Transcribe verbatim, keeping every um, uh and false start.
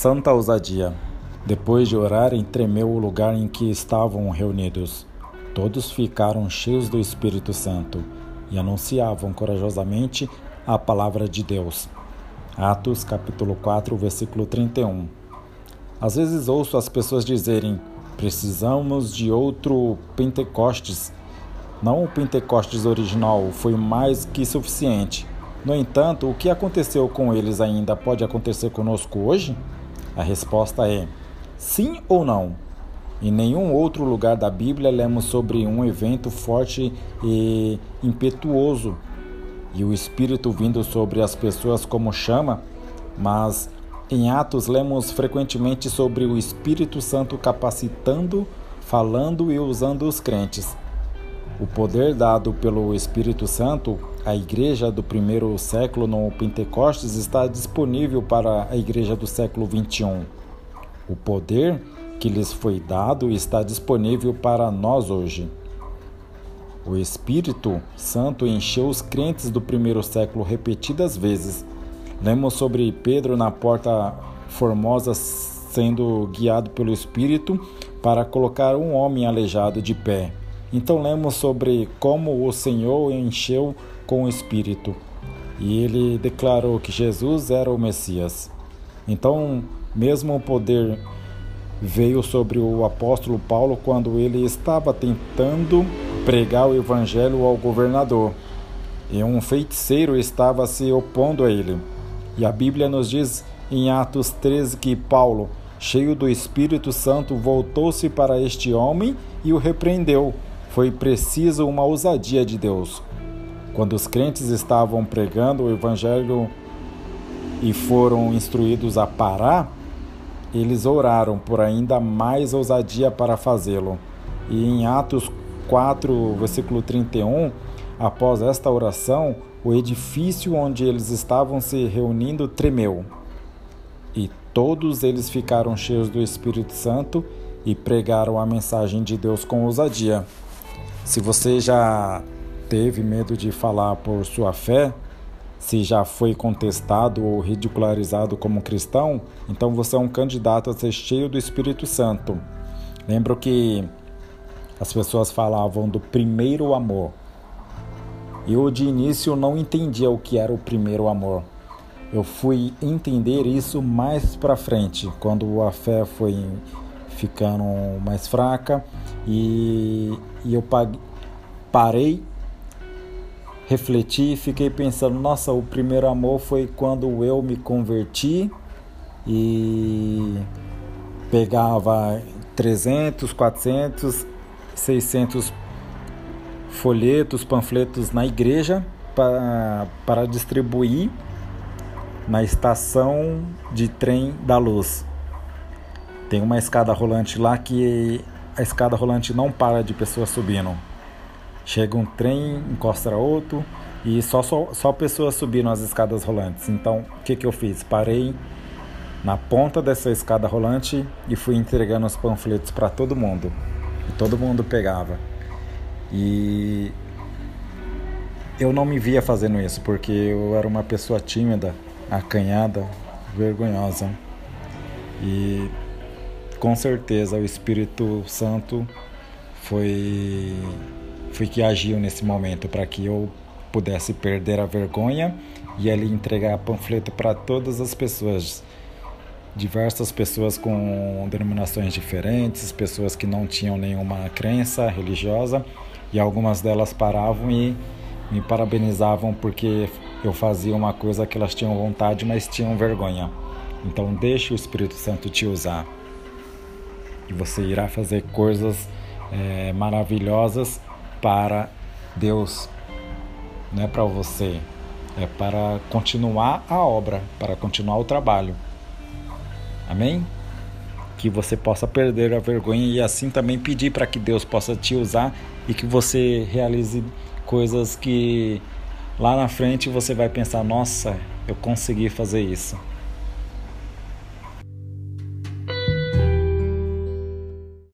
Santa ousadia. Depois de orarem, tremeu o lugar em que estavam reunidos. Todos ficaram cheios do Espírito Santo e anunciavam corajosamente a palavra de Deus. Atos, capítulo quatro, versículo trinta e um. Às vezes ouço as pessoas dizerem: precisamos de outro Pentecostes. Não o Pentecostes original foi mais que suficiente. No entanto, o que aconteceu com eles ainda pode acontecer conosco hoje? A resposta é sim ou não. Em nenhum outro lugar da Bíblia lemos sobre um evento forte e impetuoso e o Espírito vindo sobre as pessoas como chama, mas em Atos lemos frequentemente sobre o Espírito Santo capacitando, falando e usando os crentes. O poder dado pelo Espírito Santo à igreja do primeiro século no Pentecostes está disponível para a igreja do século vinte e um. O poder que lhes foi dado está disponível para nós hoje. O Espírito Santo encheu os crentes do primeiro século repetidas vezes. Lemos sobre Pedro na Porta Formosa sendo guiado pelo Espírito para colocar um homem aleijado de pé. Então lemos sobre como o Senhor o encheu com o Espírito e ele declarou que Jesus era o Messias. Então, mesmo o poder veio sobre o apóstolo Paulo quando ele estava tentando pregar o evangelho ao governador e um feiticeiro estava se opondo a ele. E a Bíblia nos diz em Atos treze que Paulo, cheio do Espírito Santo, voltou-se para este homem e o repreendeu. Foi preciso uma ousadia de Deus. Quando os crentes estavam pregando o evangelho e foram instruídos a parar, eles oraram por ainda mais ousadia para fazê-lo. E em Atos quatro, versículo trinta e um, após esta oração, o edifício onde eles estavam se reunindo tremeu. E todos eles ficaram cheios do Espírito Santo e pregaram a mensagem de Deus com ousadia. Se você já teve medo de falar por sua fé, se já foi contestado ou ridicularizado como cristão, então você é um candidato a ser cheio do Espírito Santo. Lembro que as pessoas falavam do primeiro amor. Eu de início não entendia o que era o primeiro amor. Eu fui entender isso mais para frente, quando a fé foi ficando mais fraca e, e eu parei, refleti e fiquei pensando, nossa, o primeiro amor foi quando eu me converti e pegava trezentos, quatrocentos, seiscentos folhetos, panfletos na igreja para, para distribuir na estação de trem da luz. Tem uma escada rolante lá que a escada rolante não para de pessoas subindo. Chega um trem, encosta outro e só, só, só pessoas subiram as escadas rolantes. Então, o que, que eu fiz? Parei na ponta dessa escada rolante e fui entregando os panfletos para todo mundo. E todo mundo pegava. E eu não me via fazendo isso, porque eu era uma pessoa tímida, acanhada, vergonhosa. E com certeza o Espírito Santo foi, foi que agiu nesse momento para que eu pudesse perder a vergonha e ali entregar panfleto para todas as pessoas, diversas pessoas com denominações diferentes, pessoas que não tinham nenhuma crença religiosa, e algumas delas paravam e me parabenizavam porque eu fazia uma coisa que elas tinham vontade, mas tinham vergonha. Então deixe o Espírito Santo te usar e você irá fazer coisas é, maravilhosas para Deus, não é para você, é para continuar a obra, para continuar o trabalho. Amém? Que você possa perder a vergonha e assim também pedir para que Deus possa te usar e que você realize coisas que lá na frente você vai pensar, nossa, eu consegui fazer isso.